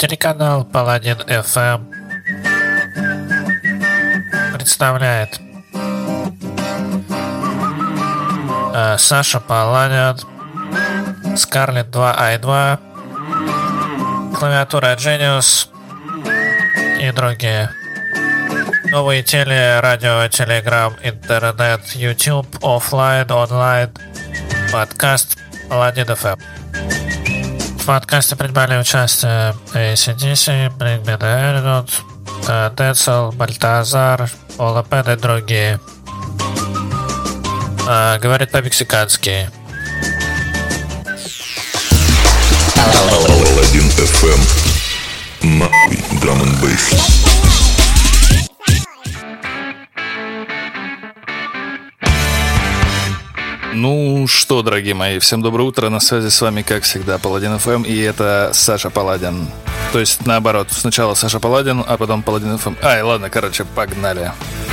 Телеканал Паладин FM представляет Саша Паладин, Scarlett 2i2, клавиатура Genius и другие. Новые радио, телеграм, интернет, YouTube, офлайн, онлайн, подкаст Паладин FM. В подкасте принимали участие AC/DC, Bring Me The Horizon, Децл, Бальтазар, Ола Пен и другие. Говорит по-мексикански. Паладин FM. Нахуй драм н бейс. Ну что, дорогие мои, всем доброе утро. На связи с вами, как всегда, Паладин FM, и это Саша Паладин. То есть, наоборот, сначала Саша Паладин, а потом Паладин FM. Ай, ладно, короче, погнали.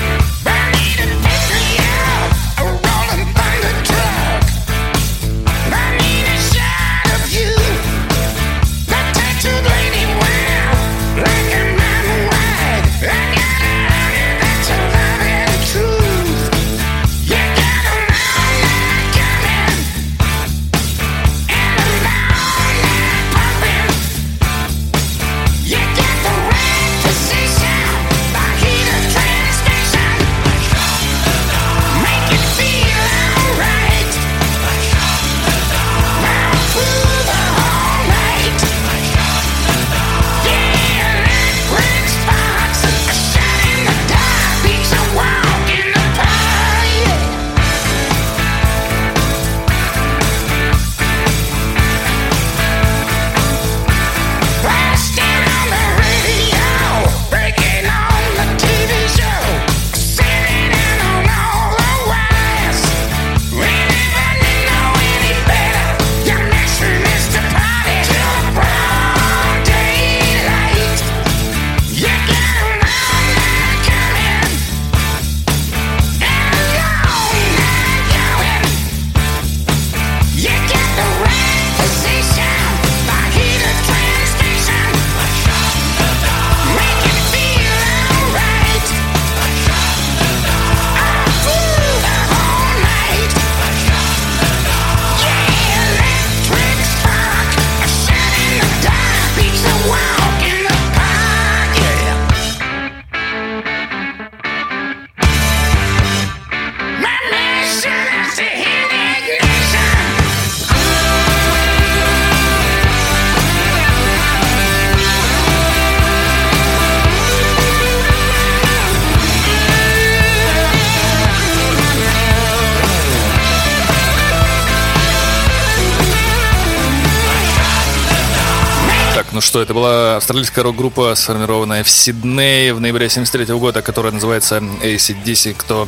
Ну что, это была австралийская рок-группа, сформированная в Сиднее в ноябре 1973 года, которая называется AC/DC, кто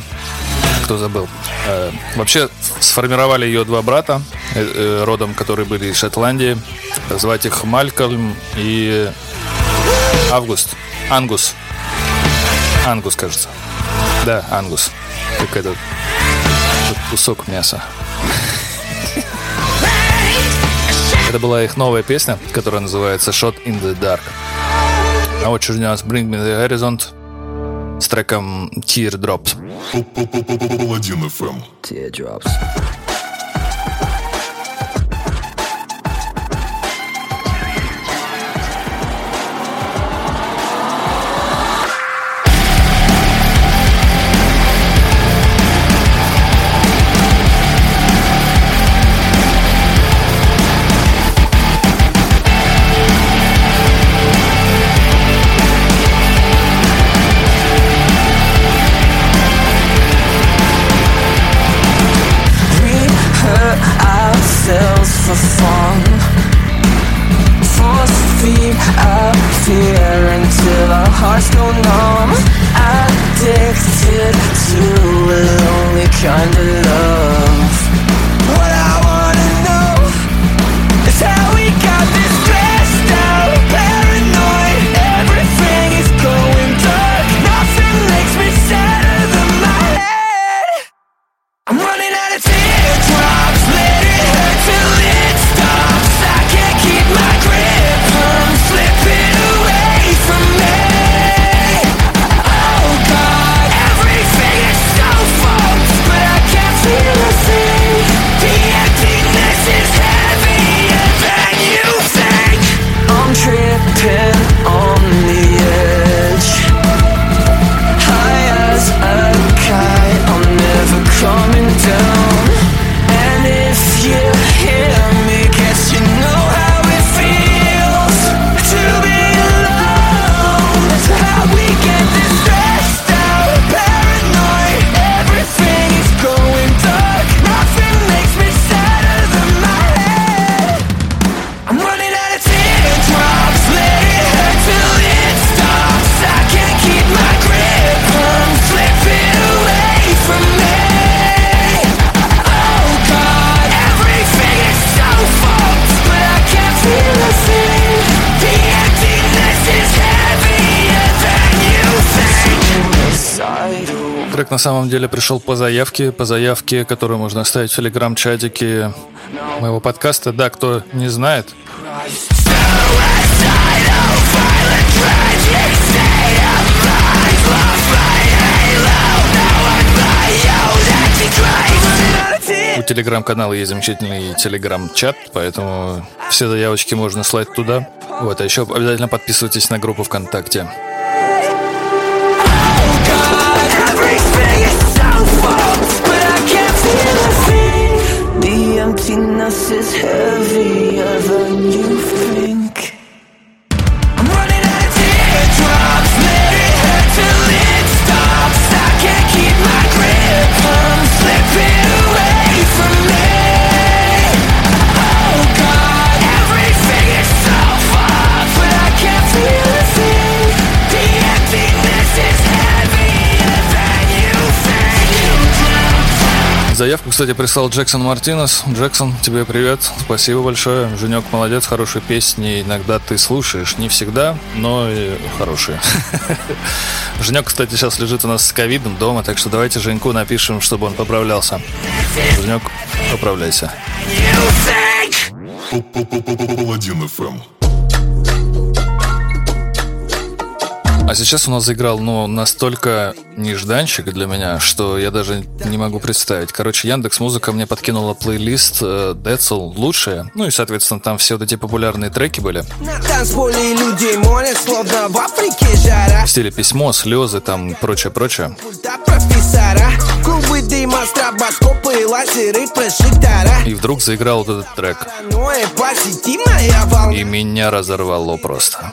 забыл. Вообще, сформировали ее два брата, родом, которые были из Шотландии. Звать их Малькольм и Ангус, кажется. Да, Ангус. Как этот кусок мяса. Это была их новая песня, которая называется Shot in the Dark. А вот у нас Bring Me The Horizon с треком Teardrops. Паладин FM. Teardrops. For fun, force feed our fear until our hearts go numb. Addicted to a lonely kind of love. What I wanna know is how we got this stressed out, paranoid. Everything is going dark. Nothing makes me sadder than my head. I'm running out of teardrops. Let it hurt till it stops. I can't keep my grip. I'm slipping Трек на самом деле пришел по заявке, которую можно оставить в телеграм-чатике моего подкаста. Да, кто не знает. У телеграм-канала есть замечательный телеграм-чат, поэтому все заявочки можно слать туда. Вот, а еще обязательно подписывайтесь на группу ВКонтакте. The emptiness is heavier than you think. I'm running out of teardrops, let it hurt till it stops. I can't keep my grip, I'm slipping away from me. Oh God, everything is so far, but I can't feel a thing. The emptiness is heavier than you think. Заявку, кстати, прислал Джексон Мартинес. Джексон, тебе привет. Спасибо большое. Женек молодец, хорошие песни. Иногда ты слушаешь. Не всегда, но и хорошие. Женек, кстати, сейчас лежит у нас с ковидом дома, так что давайте Женьку напишем, чтобы он поправлялся. Женек, поправляйся. Паладин FM. А сейчас у нас заиграл, настолько нежданчик для меня, что я даже не могу представить. Короче, Яндекс.Музыка мне подкинула плейлист Децл лучшие. Ну и, соответственно, там все вот эти популярные треки были. В стиле письмо, слезы, там, прочее. И вдруг заиграл вот этот трек. И меня разорвало просто.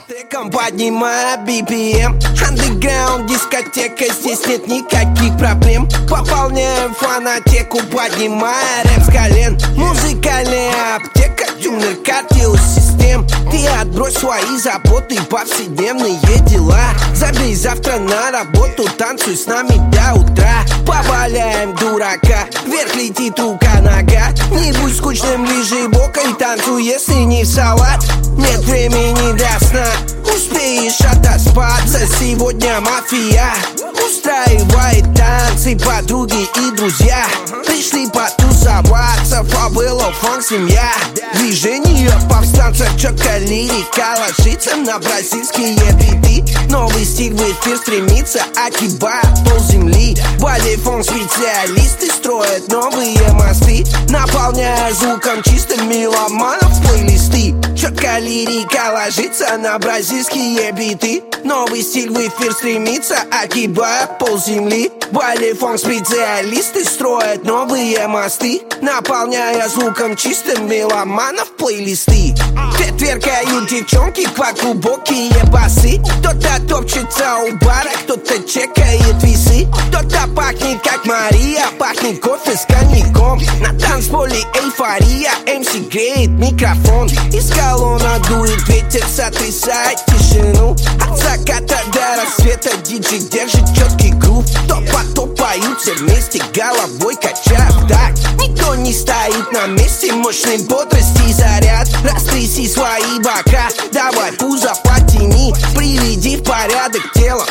Андеграунд, дискотека, здесь нет никаких проблем. Пополняем фанатеку, поднимая рэп с колен. Музыкальная аптека, тюнер, кардиосистем. Ты отбрось свои заботы, повседневные дела. Забей завтра на работу, танцуй с нами до утра. Поваляем дурака, вверх летит рука-нога. Не будь скучным, лежи боком, танцуй, если не в салат. Нет времени до сна, успеешь отоспаться. Сегодня мафия устраивает танцы, подруги и друзья пришли потусоваться. Фавело, фанк, семья. Движение повстанцев, четко лирика ложится на бразильские биты. Новый стиль в эфир стремится, огибая полземли. Балет-фон специалисты строят новые мосты, наполняя звуком чистым меломанов плейлисты. Четко лирика ложится на бразильские биты. Новый стиль в эфир стремится, огибая полземли. Балет-фон специалисты строят новые мосты, наполняя звуком чистым меломанов плейлисты. Тверкают девчонки по глубокие басы. Кто-то топчется у бара, кто-то чекает весы. Кто-то пахнет как Мария, пахнет кофе с коньяком. На танцполе эйфория, МС греет микрофон. Из колонна дует ветер, сотрясает тишину. От заката до рассвета диджей держит четкий грув. Топ-по-топ поют все вместе, головой качая так. Никто не стоит на месте, мощной бодрости заряд. Растряси свои бока, давай пузо потяни. Приведи в порядок тело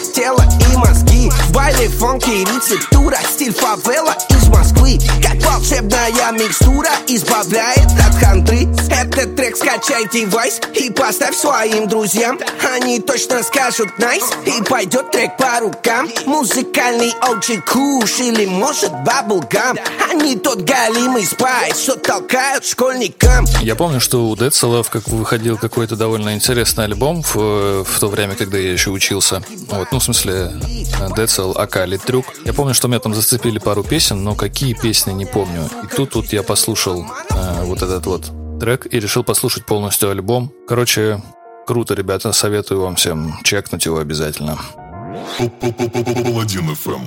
и мозги. В байле фонки рецептура, стиль фавела из Москвы. Как волшебная микстура избавляет от хандры. Этот трек скачай девайс и поставь своим друзьям. Они точно скажут найс, и пойдет трек по рукам. Музыкальный OG Kush или может Bubblegum. Они тот галимый спайс, что толкают школьникам. Я помню, что у Децела выходил какой-то довольно интересный альбом в то время, когда я еще учился. Вот, в смысле, Децел, АК Литрюк. Я помню, что меня там зацепили пару песен, но какие песни, не помню. И тут я послушал вот этот вот трек и решил послушать полностью альбом. Короче, круто, ребята, советую вам всем чекнуть его обязательно. Паладин FM.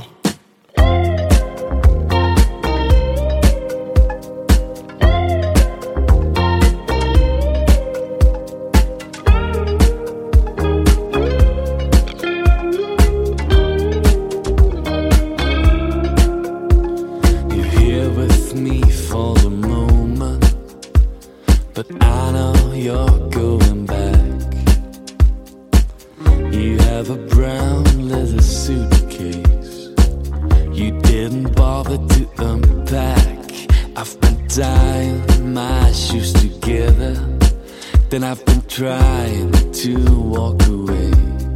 You have a brown leather suitcase tying my shoes together. Then I've been trying to walk away.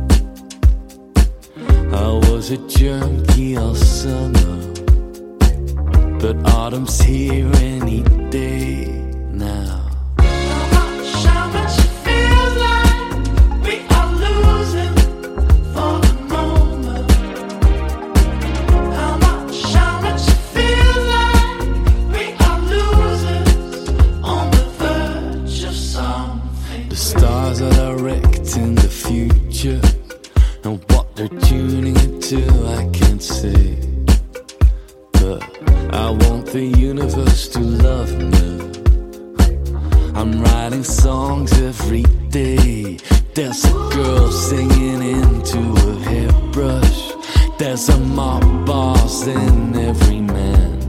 I was a junkie all summer, but autumn's here any day now. How much it feels like we are losing for the moment. How much it feels like we are losers on the verge of something. The stars are direct in the future, and what they're tuning into I can't say. But I want the universe to love me. I'm writing songs every day. There's a girl singing into a hairbrush. There's a mob boss in every man.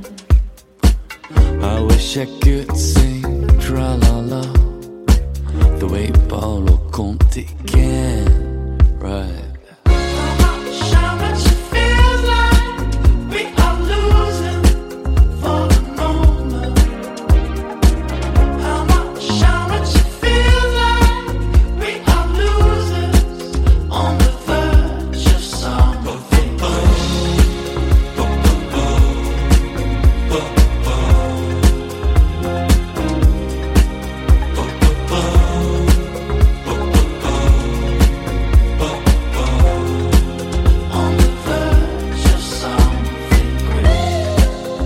I wish I could sing tra-la-la the way Paolo Conte can, right? How much it feels like we are losing for the moment. How much it feels like we are losers on the verge of something. On the verge of something great.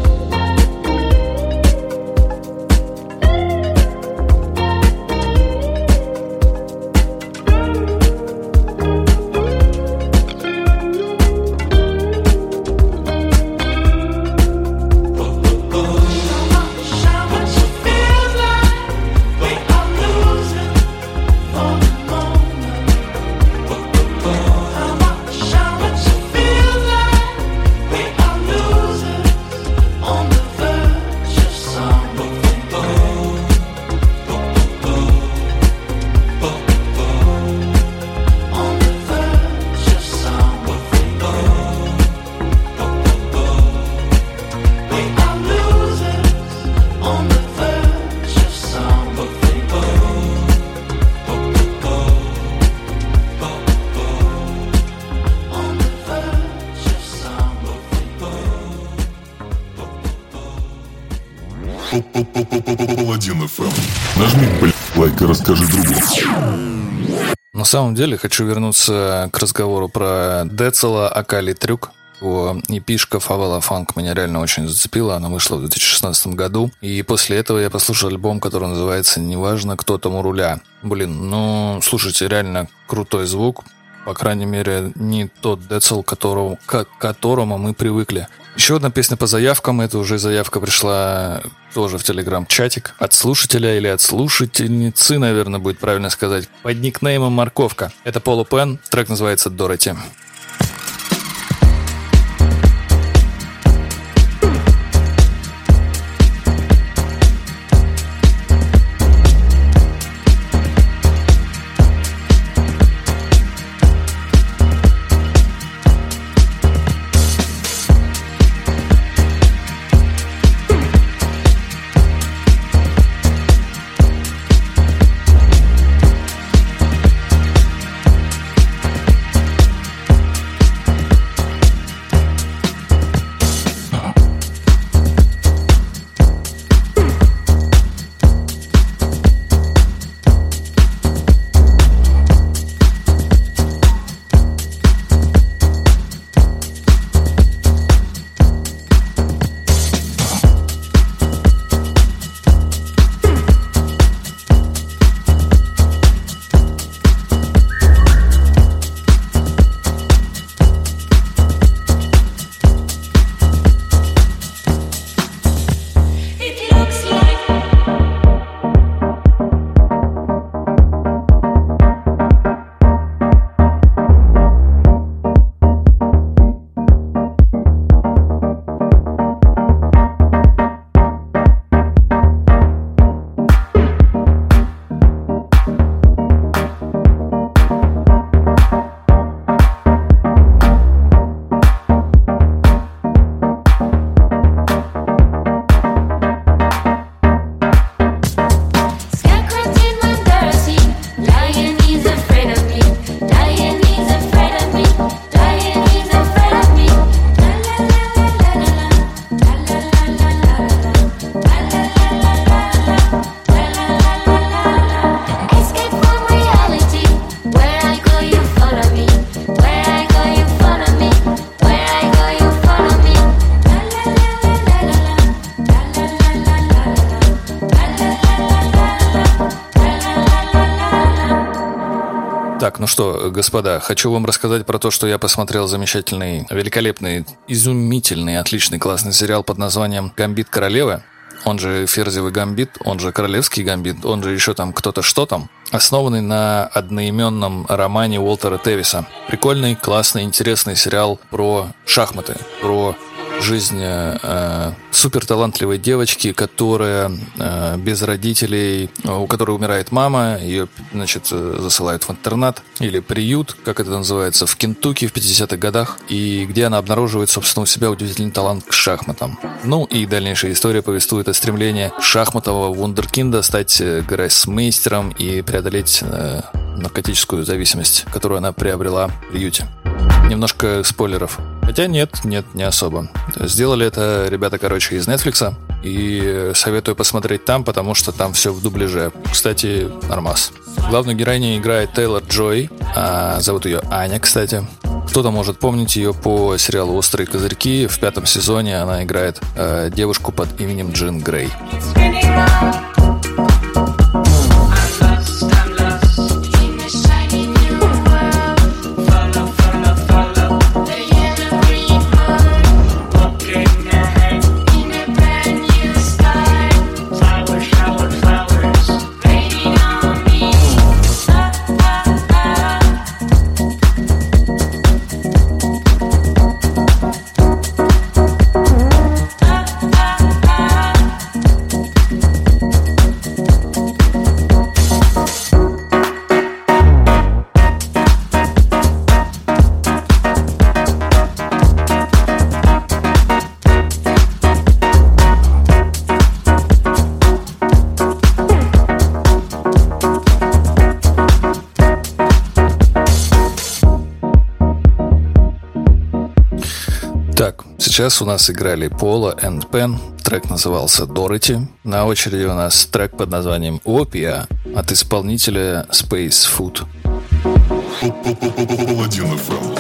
How much it feels like we are losing for the moment. How much it feels like we are losers on the verge of something. On the verge of something. We are losers on the verge of something. On the verge of something. Паладин FM. Нажми, лайк и расскажи другу. На самом деле хочу вернуться к разговору про Децела, Акали Трюк. Его эпишка «Фавела Фанк» меня реально очень зацепила. Она вышла в 2016 году. И после этого я послушал альбом, который называется «Неважно, кто там у руля». Блин, слушайте, реально крутой звук. По крайней мере, не тот Децел, к которому мы привыкли. Еще одна песня по заявкам. Это уже заявка пришла тоже в телеграм-чатик от слушателя или от слушательницы, наверное, будет правильно сказать, под никнеймом Морковка. Это Поло Пен. Трек называется «Дороти». ну что, господа, хочу вам рассказать про то, что я посмотрел замечательный, великолепный, изумительный, отличный, классный сериал под названием «Гамбит королевы». Он же «Ферзевый гамбит», он же «Королевский гамбит», он же еще там кто-то что там, основанный на одноименном романе Уолтера Тевиса. Прикольный, классный, интересный сериал про шахматы, про жизнь суперталантливой девочки, которая без родителей, у которой умирает мама, ее, значит, засылают в интернат или приют, как это называется, в Кентукки в 50-х годах, и где она обнаруживает, собственно, у себя удивительный талант к шахматам. Ну и дальнейшая история повествует о стремлении шахматового вундеркинда стать гроссмейстером и преодолеть наркотическую зависимость, которую она приобрела в приюте. Немножко спойлеров. Хотя нет, не особо. Сделали это ребята, короче, из Netflix. И советую посмотреть там, потому что там все в дубляже. Кстати, нормас. Главную героиню играет Тейлор Джой. Зовут ее Аня, кстати. Кто-то может помнить ее по сериалу «Острые козырьки». В 5 сезоне она играет девушку под именем Джин Грей. Сейчас у нас играли Пола and Pen, трек назывался Dorothy. На очереди у нас трек под названием Opia от исполнителя Space Food. Паладин FM.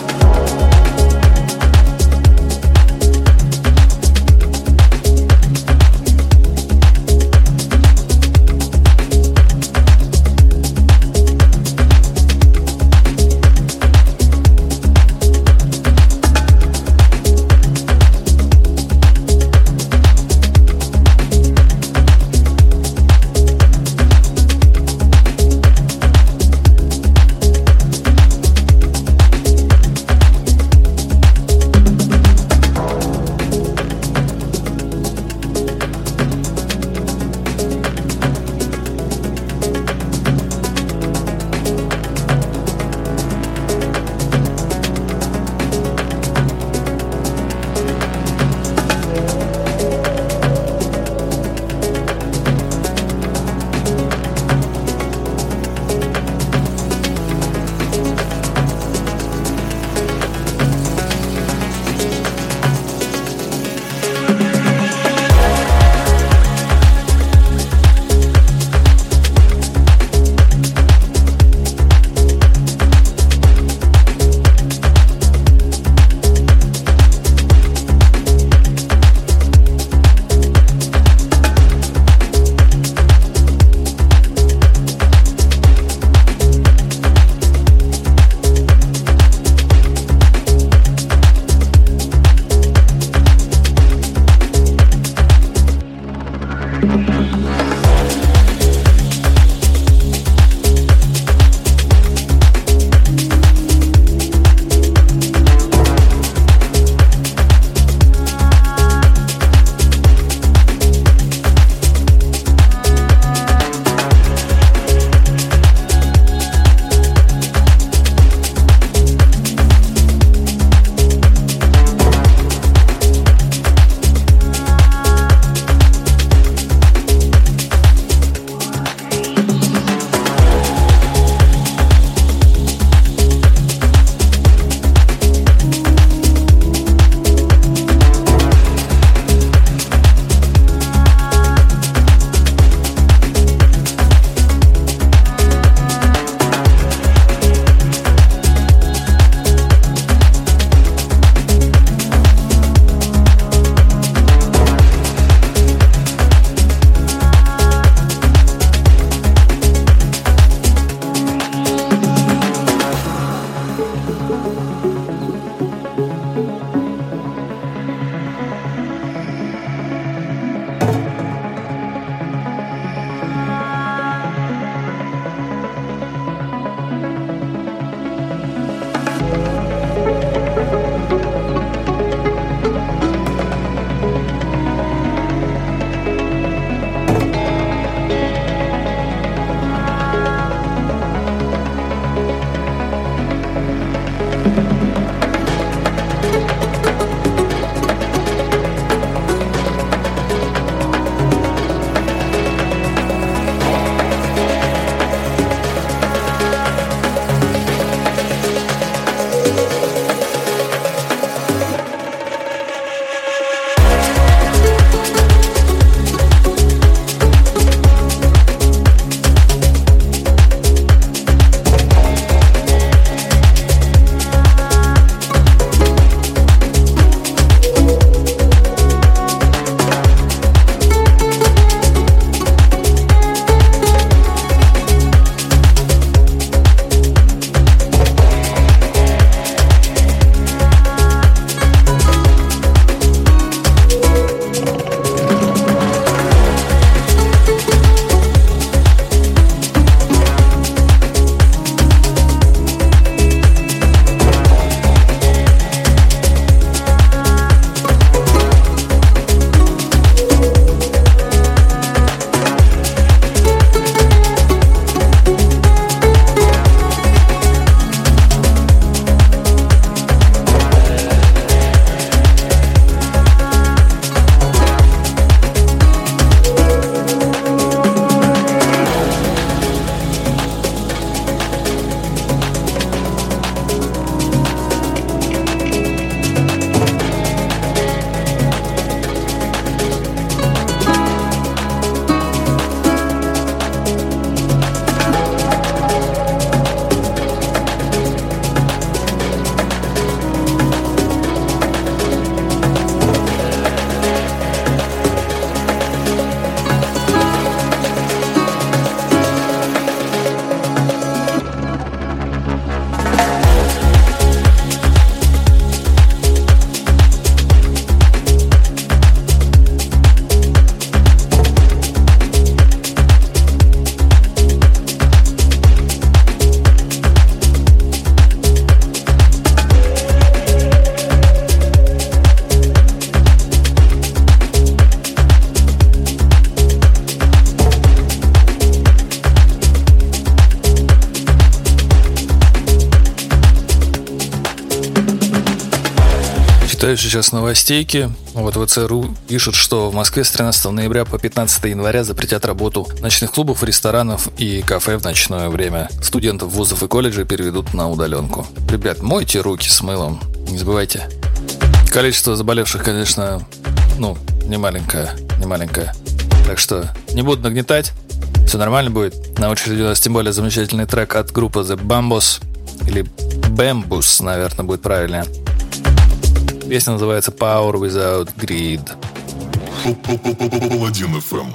Читаю сейчас новостейки. Вот ВЦРУ пишут, что в Москве с 13 ноября по 15 января запретят работу ночных клубов, ресторанов и кафе в ночное время. Студентов вузов и колледжей переведут на удаленку. Ребят, мойте руки с мылом, не забывайте. Количество заболевших, конечно, не маленькое. Так что не буду нагнетать, все нормально будет. На очереди у нас тем более замечательный трек от группы The Bambus, или Bambus, наверное, будет правильнее. Песня называется Power Without Greed. Паладин FM.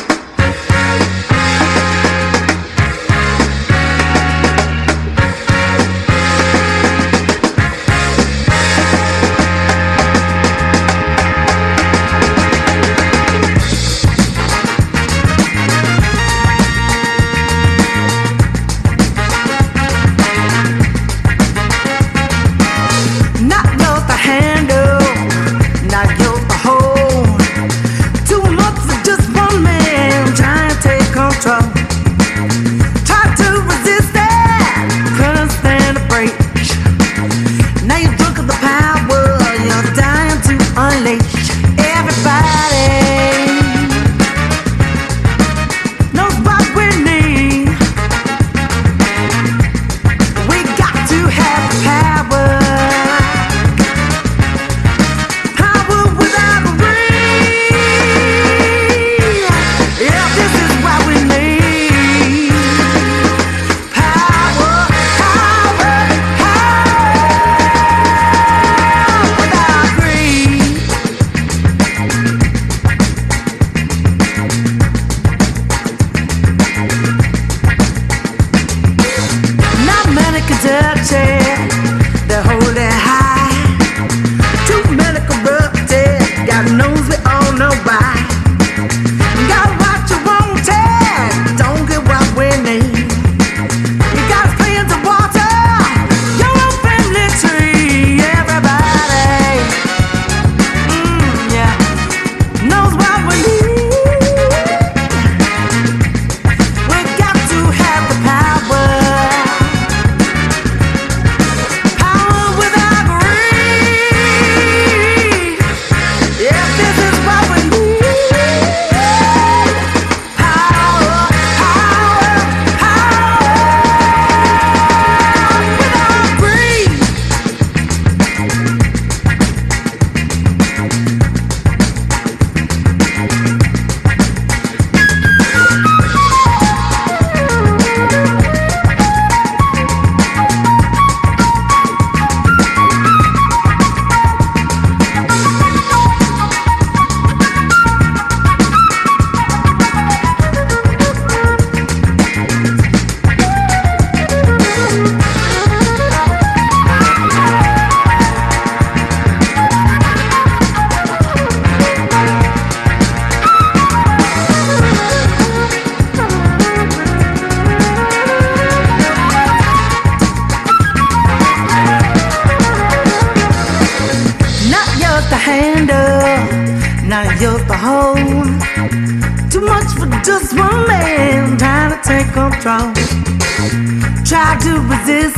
Tried to resist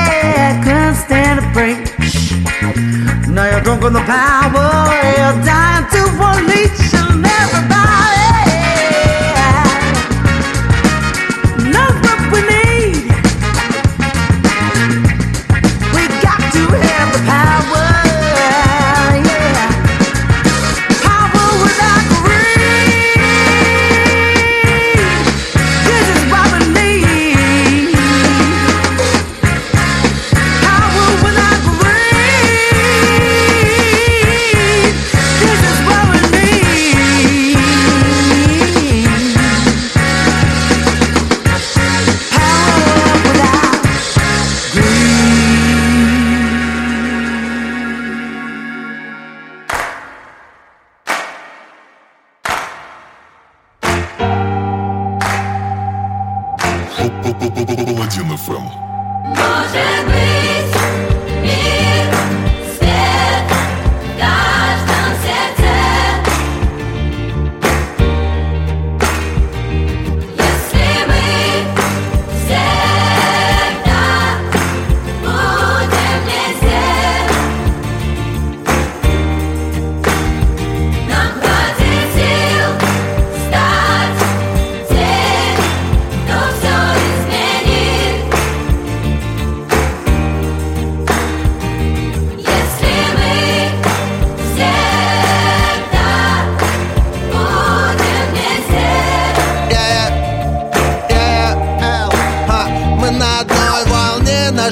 it, couldn't stand a break. Now you're drunk on the power, you're dying to unleash on everybody. Knows what we need. We got to have the power, yeah. Power without greed. This is what we need. Power without greed. This is what we need. Power without greed. Паладин FM. Может быть, мир, свет в каждом сердце. Если мы всегда будем вместе,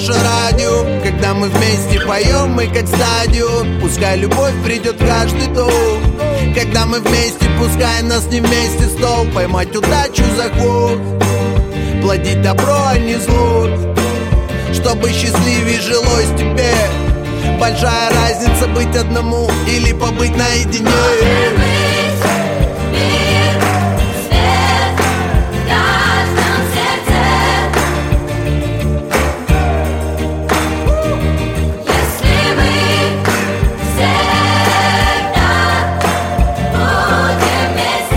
наше радио. Когда мы вместе поем, мы как стадион. Пускай любовь придет в каждый дом. Когда мы вместе, пускай нас не вместе стол. Поймать удачу за хвост, плодить добро, а не зло. Чтобы счастливее жилось тебе. Большая разница быть одному или побыть наедине. Может быть, мир, свет в каждом сердце. Если мы всегда будем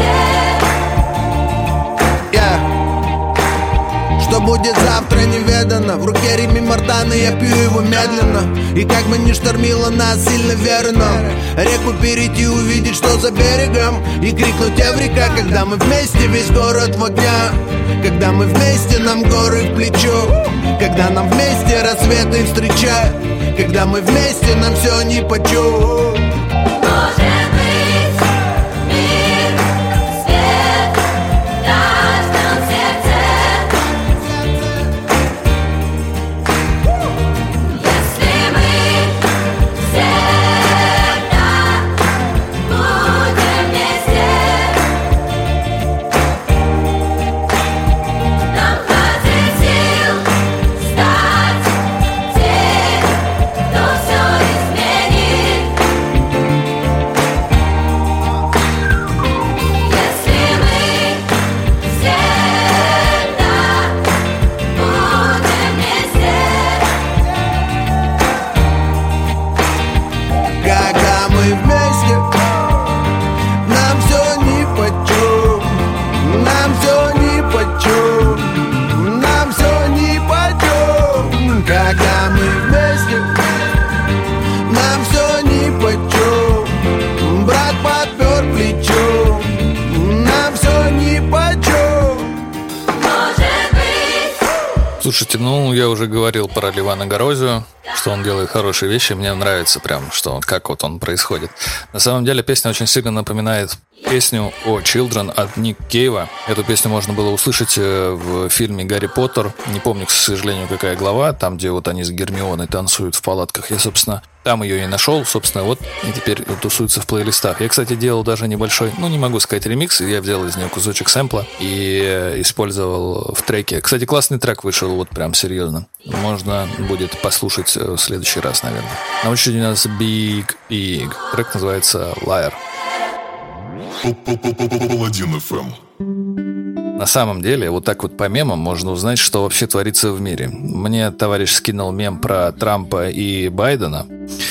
вместе. Что будет завтра, неведано. В руке Реми Мартана, я пью его медленно. И как бы ни штормило нас, сильно верно реку перейти, увидеть, что за берегом. И крикнуть «Эврика», когда мы вместе, весь город в огнях. Когда мы вместе, нам горы в плечо. Когда нам вместе рассветы встречать. Когда мы вместе, нам все нипочем. Может быть, мир, свет в каждом сердце. Если мы всегда будем вместе, нам хватит сил стать тем, кто все изменит. Если мы всегда будем вместе. Когда мы вместе, нам все нипочем. Нам все нипочем. Нам все нипочем. Когда мы вместе, нам все нипочем. Брат подпер плечом. Нам все нипочем. Может быть, Слушайте, я уже говорил про Ливана Горозию, что он делает хорошие вещи. Мне нравится прям, что как вот он происходит. На самом деле песня очень сильно напоминает песню о Children от Ник Кейва. Эту песню можно было услышать в фильме «Гарри Поттер». Не помню, к сожалению, какая глава. Там, где вот они с Гермионой танцуют в палатках. Я, собственно, там ее и нашел. Собственно, вот и теперь тусуется в плейлистах. Я, кстати, делал даже небольшой, не могу сказать ремикс. Я взял из нее кусочек сэмпла и использовал в треке. Кстати, классный трек вышел, вот прям серьезно. Можно будет послушать в следующий раз, наверное. На очереди у нас Big Big. Трек называется Liar. Паладин FM. На самом деле, вот так вот по мемам можно узнать, что вообще творится в мире. Мне товарищ скинул мем про Трампа и Байдена.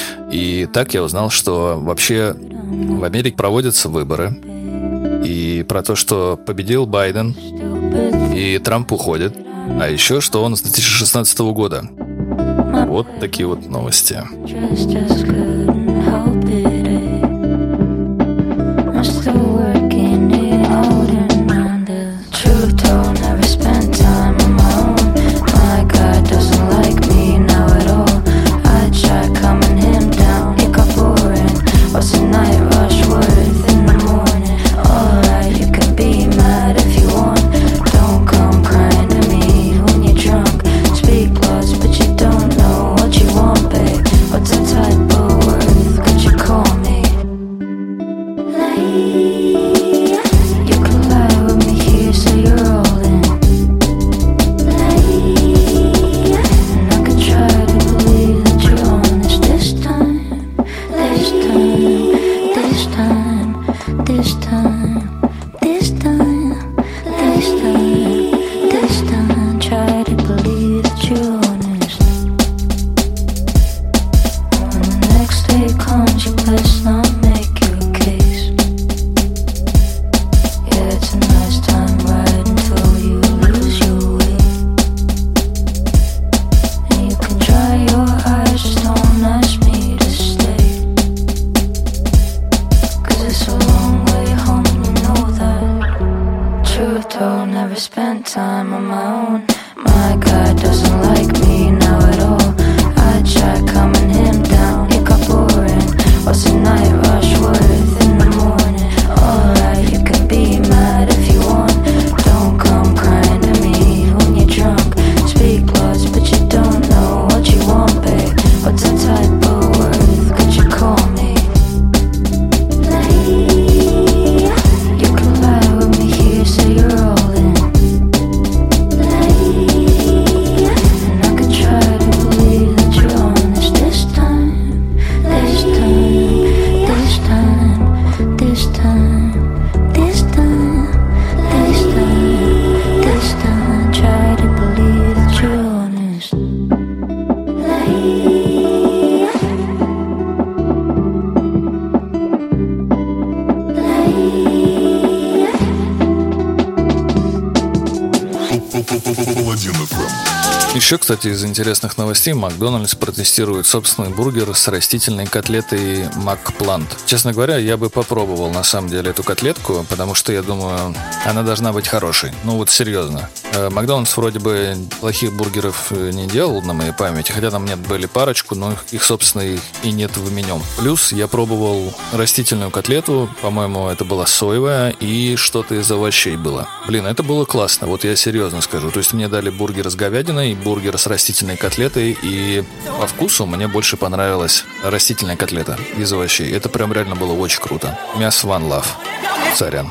И так я узнал, что вообще в Америке проводятся выборы. И про то, что победил Байден, и Трамп уходит. А еще, что он с 2016 года. Вот такие вот новости. But you don't know Паладин FM. Еще, кстати, из интересных новостей, Макдональдс протестирует собственный бургер с растительной котлетой Макплант. Честно говоря, я бы попробовал на самом деле эту котлетку, потому что я думаю, она должна быть хорошей. Ну вот серьезно. Макдональдс вроде бы плохих бургеров не делал на моей памяти, хотя там нет, были парочку, но их собственно, и нет в меню. Плюс я пробовал растительную котлету, по-моему, это была соевая, и что-то из овощей было. Блин, это было классно, вот я серьезно скажу. То есть мне дали бургер с говядиной, бургер с растительной котлетой, и по вкусу мне больше понравилась растительная котлета из овощей. Это прям реально было очень круто. Мясо One Love. Сорян.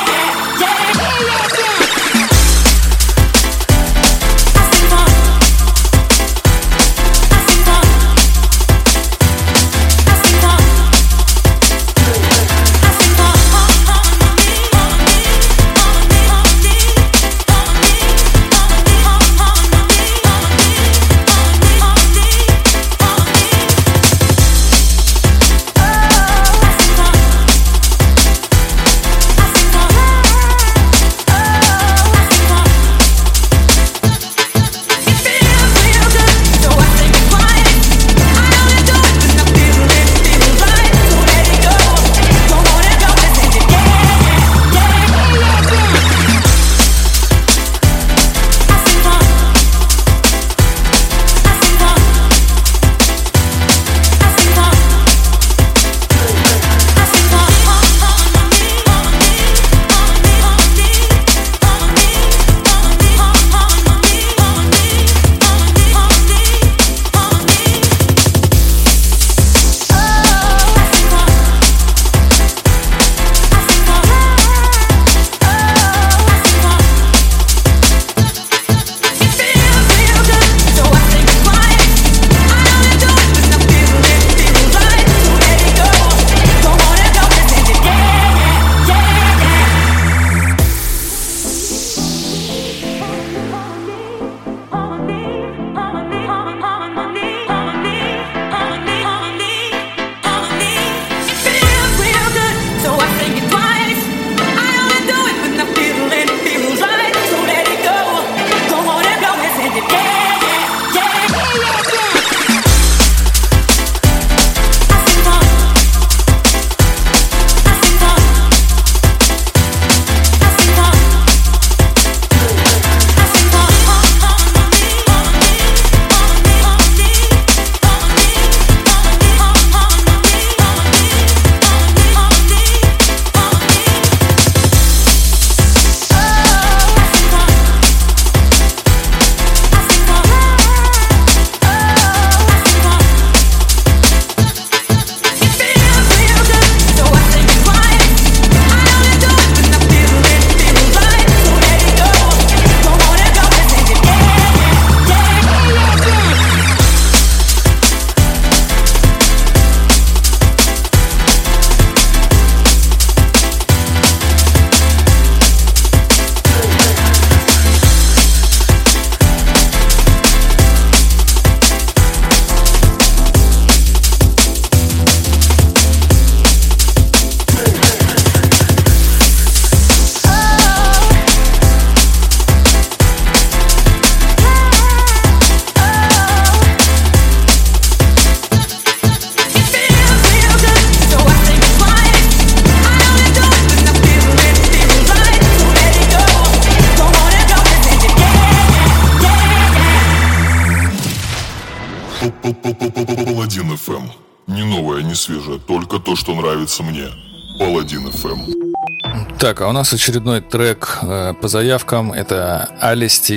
Паладин FM. Не новое, не свежее, только то, что нравится мне. Паладин FM. Так, а у нас очередной трек по заявкам. Это Алисти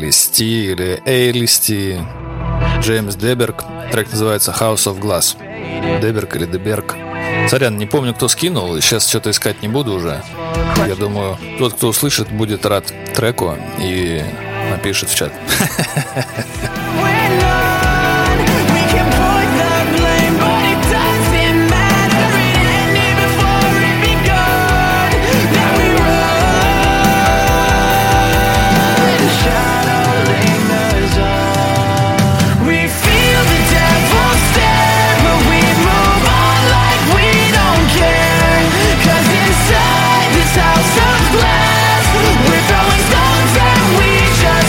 или Эйлисти. Джеймс Деберг. Трек называется House of Glass. Деберг или Деберг. Сорян, не помню, кто скинул. Сейчас что-то искать не буду уже. Я думаю, тот, кто услышит, будет рад треку и напишет в чат. We're throwing stones and we just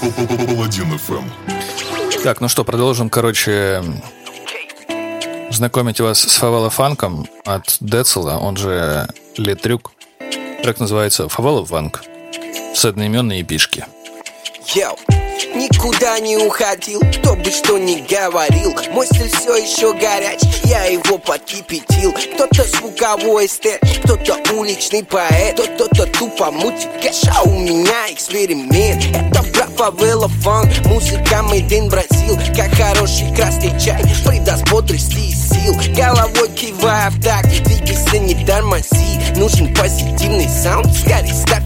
Паладин FM. Так, ну что, продолжим, короче, знакомить вас с Favela Funk'ом от Децела, он же Летрюк. Трек называется Favela Funk с одноименной эпишки. Йоу, никуда не уходил, кто бы что ни говорил. Мой стиль все еще горяч, я его подкипятил. Кто-то звуковой эстет, кто-то уличный поэт, кто-то тупо мутит кэш, а у меня эксперимент. Это брат Favela Funk, музыка made in Brazil. Как хороший красный чай, придаст бодрости и сил. Головой кивая в такт, двигайся, не тормози. Нужен позитивный саунд, скорее ставь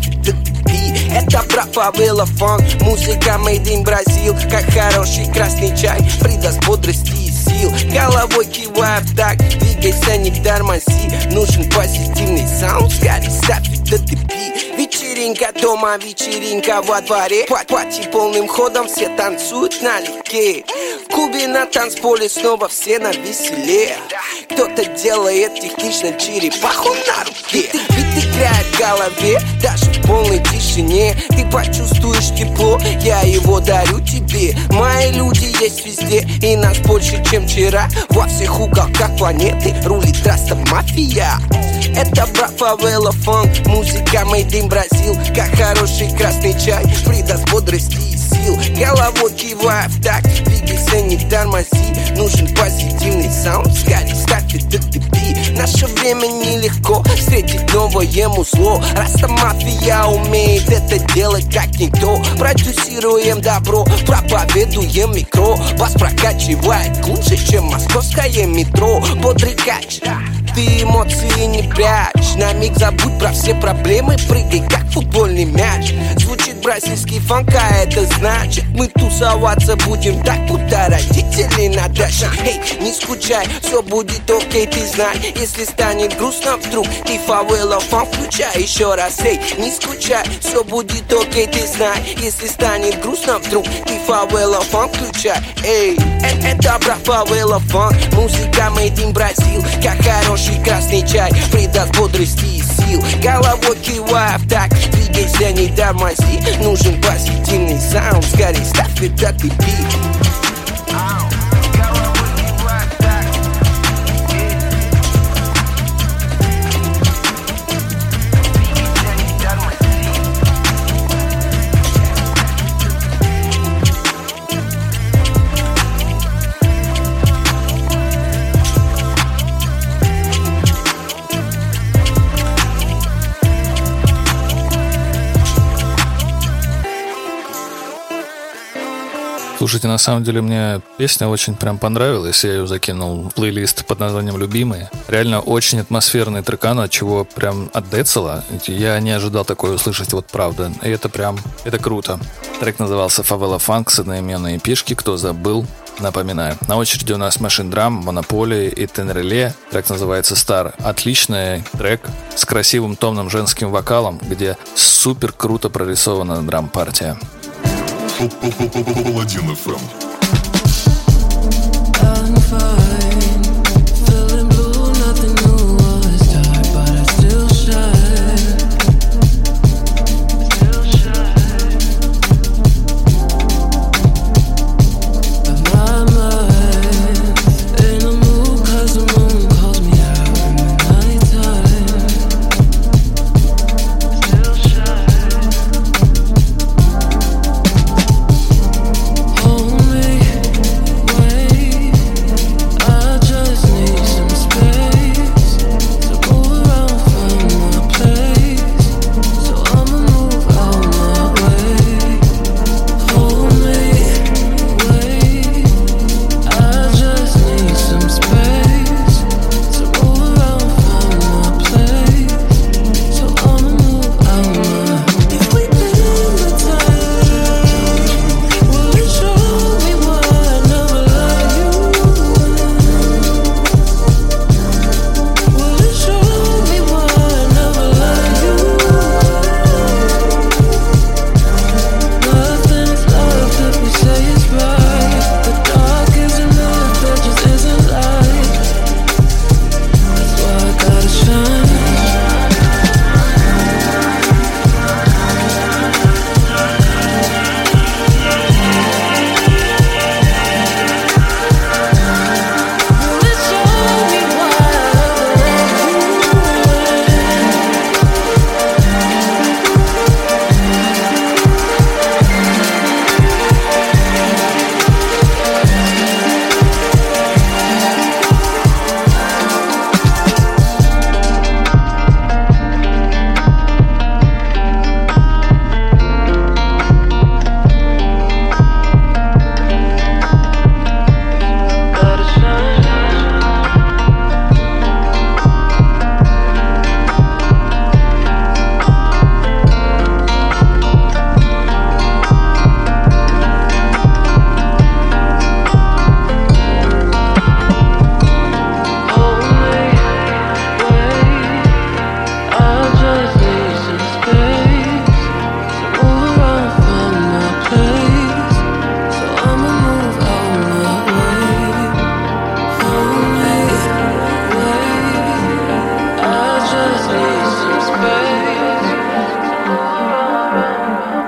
это брат Favela Funk, музыка made in Brazil. Как хороший красный чай, придаст бодрости и сил. Головой кивая в такт, двигайся, не тормози. Нужен позитивный саунд, скорее ставь ДТП. Вечеринка дома, вечеринка во дворе. Пати полным ходом, все танцуют налегке. В клубе на танцполе снова все на веселе. Кто-то делает технично черепаху на руке. Бит играет в голове, даже в полной тишине. Ты почувствуешь тепло, я его дарю тебе. Мои люди есть везде, и нас больше, чем вчера. Во всех уголках планеты рулит раста мафия. Это брат Favela Funk, музыка made in Brazil. Как хороший красный чай, придаст бодрости и сил. Головой кивая в такт, двигайся, не тормози. Нужен позитивный саунд, скорее ставь ДТП. Наше время нелегко встретить новое музло. Раста мафия умеет это делать как никто. Продюсируем добро, проповедуем микро. Вас прокачивает глубже, чем московское метро. Бодрый кач, ты эмоции не прячь. На миг забудь про все проблемы, прыгай как футбольный мяч. Звучит бразильский фанк, а это значит мы тусоваться будем так, будто родители на даче. Эй, не скучай, все будет окей, ты знай. Если станет грустно вдруг, ты Favela Funk включай еще раз. Эй, не скучай, все будет окей, ты знай. Если станет грустно вдруг, ты Favela Funk включай. Эй, это брат Favela Funk, музыка made in Brazil. Как хороший красный чай, придаст бодрости и сил. Головой кивая в такт, двигайся, не тормози. Нужен позитивный саунд, скорее ставь это ты бит. Слушайте, на самом деле мне песня очень прям понравилась. Я ее закинул в плейлист под названием «Любимые». Реально очень атмосферный трекан, от чего прям от Децела. Я не ожидал такое услышать, вот правда. И это прям, это круто. Трек назывался Favela Funk с одноименной эпишки. Кто забыл, напоминаю. На очереди у нас Machine Drum, Monopoly и Tenrele. Трек называется Star. Отличный трек с красивым томным женским вокалом, где супер круто прорисована драм-партия. Паладин FM. I'm fine, feeling blue, nothing new was dark, but I still shine. But my mind ain't a mood 'cause the moon calls me out in the nighttime. Still shine. Hold me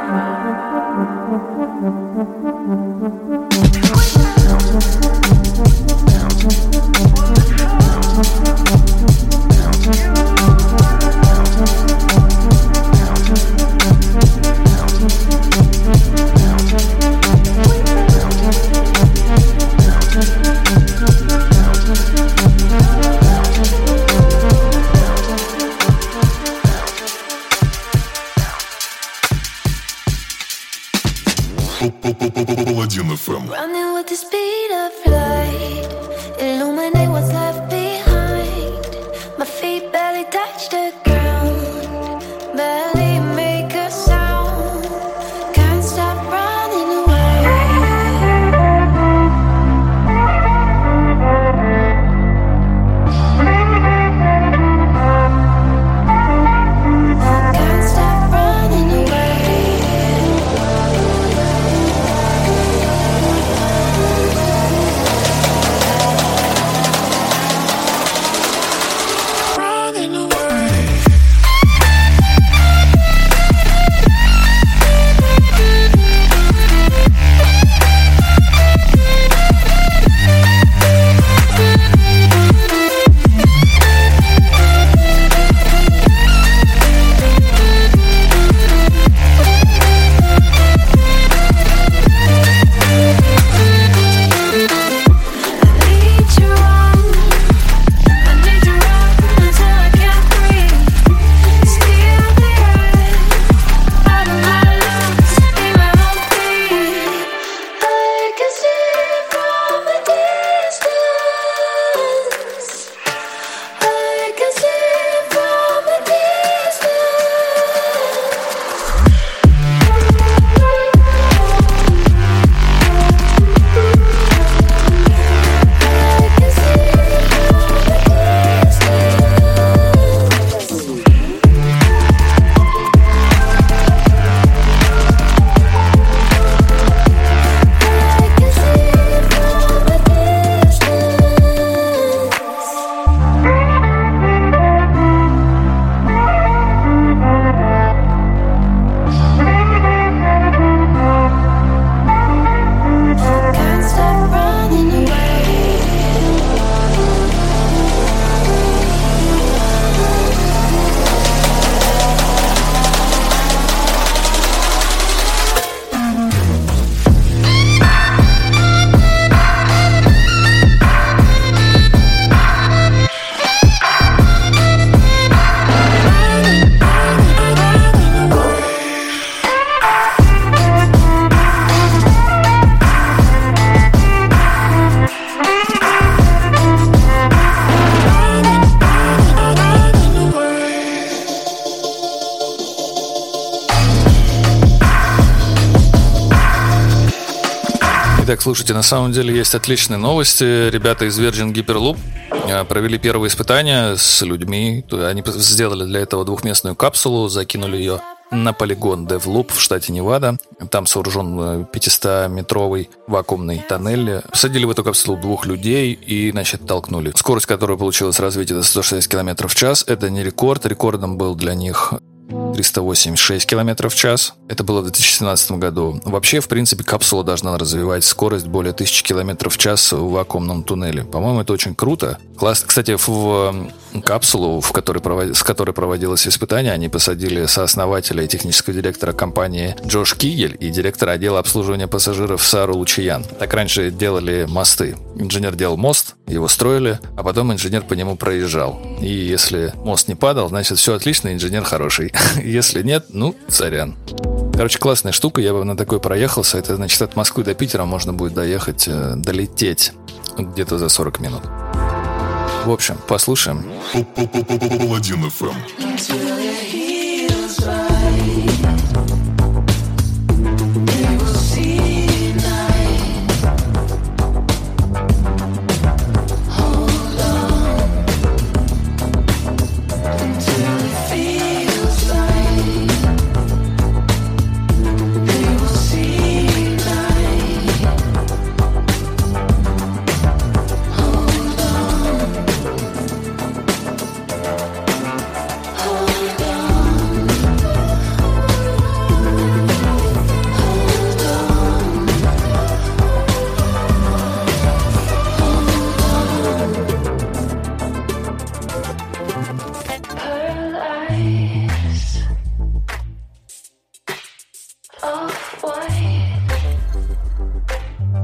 Паладин FM. Running with the speed of light, illuminate what's left behind. My feet barely touch the ground, barely make a sound. Can't stop running away. Can't stop running away. Итак, слушайте, на самом деле есть отличные новости. Ребята из Virgin Hyperloop провели первые испытания с людьми. Они сделали для этого двухместную капсулу, закинули ее на полигон DevLoop в штате Невада. Там сооружен 500-метровый вакуумный тоннель. Посадили в эту капсулу 2 людей и, значит, толкнули. Скорость, которая получилась развить, это 160 км в час. Это не рекорд. Рекордом был для них 386 км в час. Это было в 2017 году. Вообще, в принципе, капсула должна развивать скорость более 1000 км в час в вакуумном туннеле. По-моему, это очень круто. Классно. Кстати, в капсулу, с которой проводилось испытание, они посадили сооснователя и технического директора компании Джош Кигель и директора отдела обслуживания пассажиров Сару Лучиян. Так раньше делали мосты. Инженер делал мост, его строили, а потом инженер по нему проезжал. И если мост не падал, значит, все отлично, инженер хороший. Если нет, ну, сорян. Короче, классная штука, я бы на такой проехался. Это, значит, от Москвы до Питера можно будет доехать, долететь где-то за 40 минут. В общем, послушаем. Паладин FM. Hold on.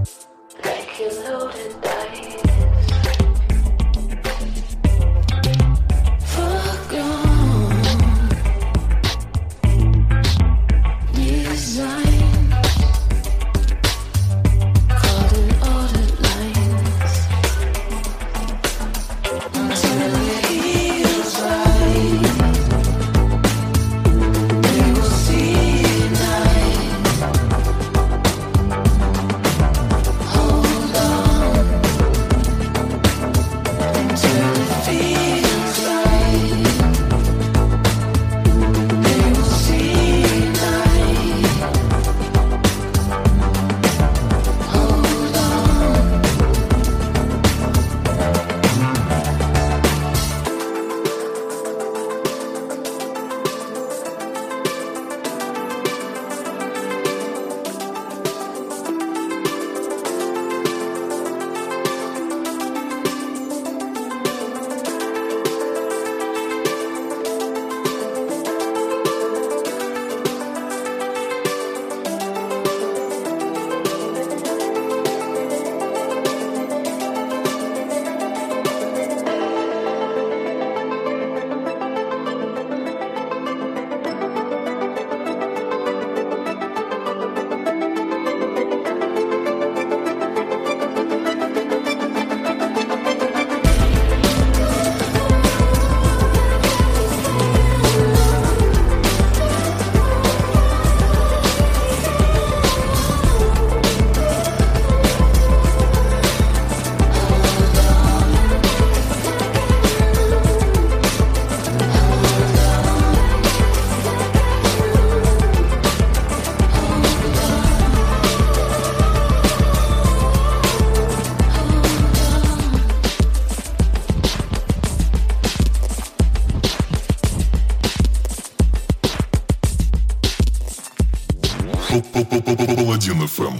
Паладин FM.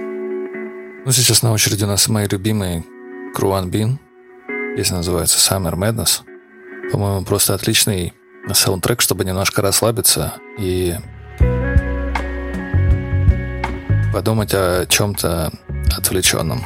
Ну, сейчас на очереди у нас мои любимые Kruan Bin. Песня называется Summer Madness. По-моему, просто отличный саундтрек, чтобы немножко расслабиться и подумать о чем-то отвлеченном.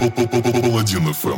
Паладин FM.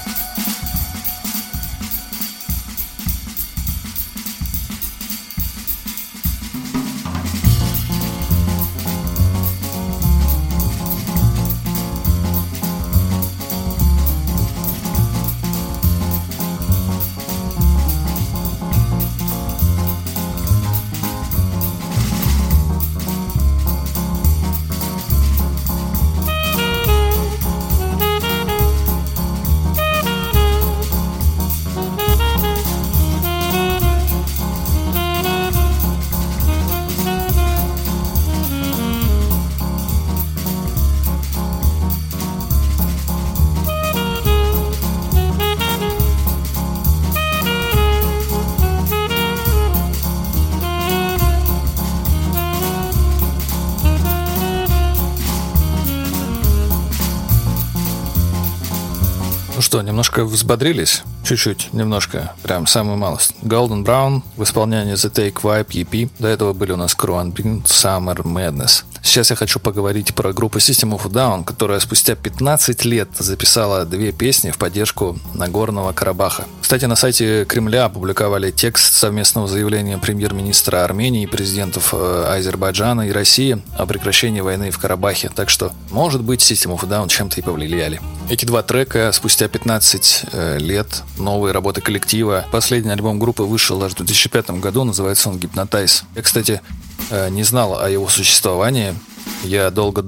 Что, немножко взбодрились? Чуть-чуть, немножко, прям самую малость. Golden Brown в исполнении The Take Vibe EP. До этого были у нас Cruan Bean, Summer Madness. Сейчас я хочу поговорить про группу System of a Down, которая спустя 15 лет записала 2 песни в поддержку Нагорного Карабаха. Кстати, на сайте Кремля опубликовали текст совместного заявления премьер-министра Армении и президентов Азербайджана и России о прекращении войны в Карабахе. Так что, может быть, System of a Down чем-то и повлияли. Эти 2 трека спустя 15 лет, новые работы коллектива. Последний альбом группы вышел аж в 2005 году, называется он Hypnotize. Я, кстати, не знал о его существовании. Я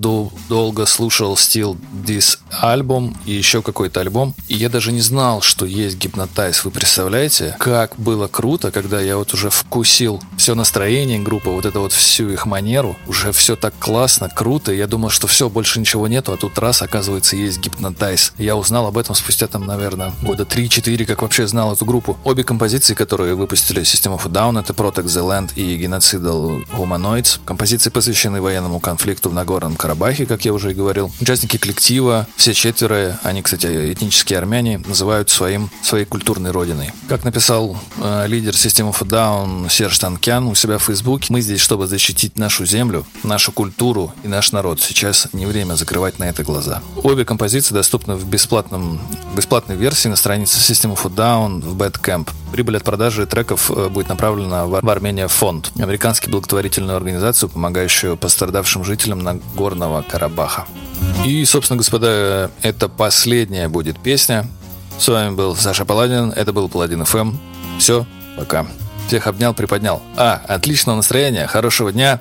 долго слушал Still This альбом и еще какой-то альбом. И я даже не знал, что есть Hypnotize. Вы представляете, как было круто, когда я вот уже вкусил все настроение группы, вот это вот всю их манеру. Уже все так классно, круто. Я думал, что все, больше ничего нету, а тут раз, оказывается, есть Hypnotize. Я узнал об этом спустя там, наверное, года 3-4, как вообще знал эту группу. Обе композиции, которые выпустили System of a Down, это Protect the Land и Genocidal Humanoids. Композиции посвящены военному конфликту в Нагорном Карабахе, как я уже и говорил. Участники коллектива, все 4, они, кстати, этнические армяне, называют своей культурной родиной. Как написал лидер System of a Down Серж Танкян у себя в Фейсбуке, мы здесь, чтобы защитить нашу землю, нашу культуру и наш народ. Сейчас не время закрывать на это глаза. Обе композиции доступны в бесплатной версии на странице System of a Down в Bandcamp. Прибыль от продажи треков будет направлена в Armenia Fund, американскую благотворительную организацию, помогающую пострадавшим жителям Нагорного Карабаха. И, собственно, господа, это последняя будет песня. С вами был Саша Паладин, это был Паладин FM. Все, пока. Всех обнял, приподнял. Отличного настроения, хорошего дня.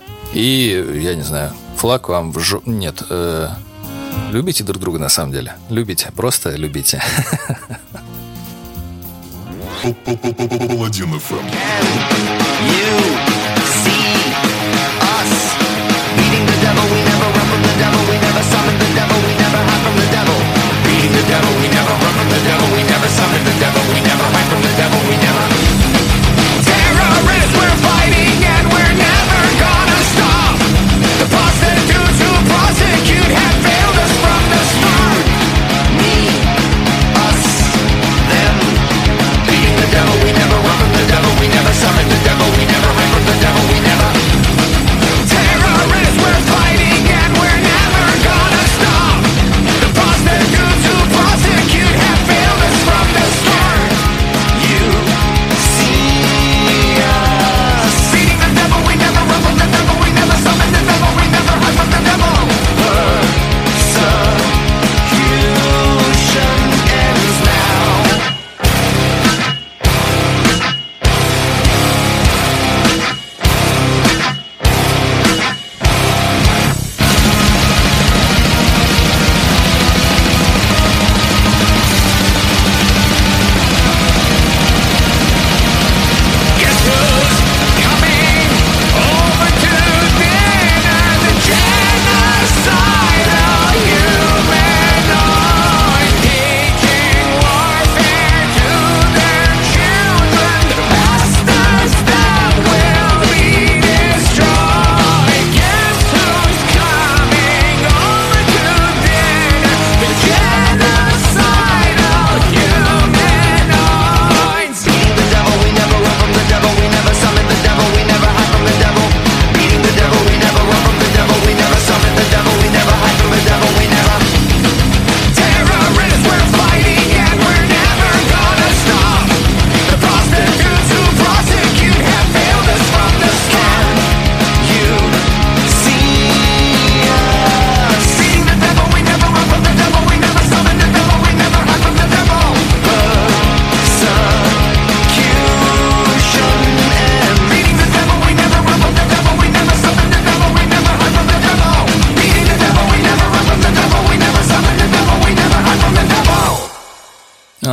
И, я не знаю, флаг вам в Нет, любите друг друга на самом деле. Любите, просто любите. Паладин FM. We never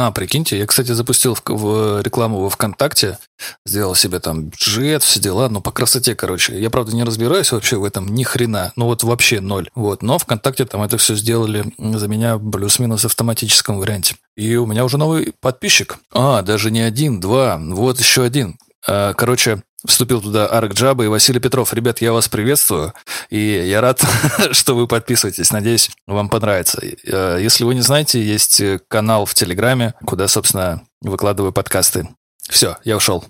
Прикиньте, я, кстати, запустил в рекламу во ВКонтакте, сделал себе там бюджет, все дела, по красоте, короче. Я, правда, не разбираюсь вообще в этом ни хрена, вот вообще ноль. Но ВКонтакте там это все сделали за меня плюс-минус в автоматическом варианте. И у меня уже новый подписчик. Даже не 1, 2, вот еще один. Короче, вступил туда Арк Джаба и Василий Петров. Ребят, я вас приветствую, и я рад, что вы подписываетесь. Надеюсь, вам понравится. Если вы не знаете, есть канал в Телеграме, куда, собственно, выкладываю подкасты. Все, я ушел.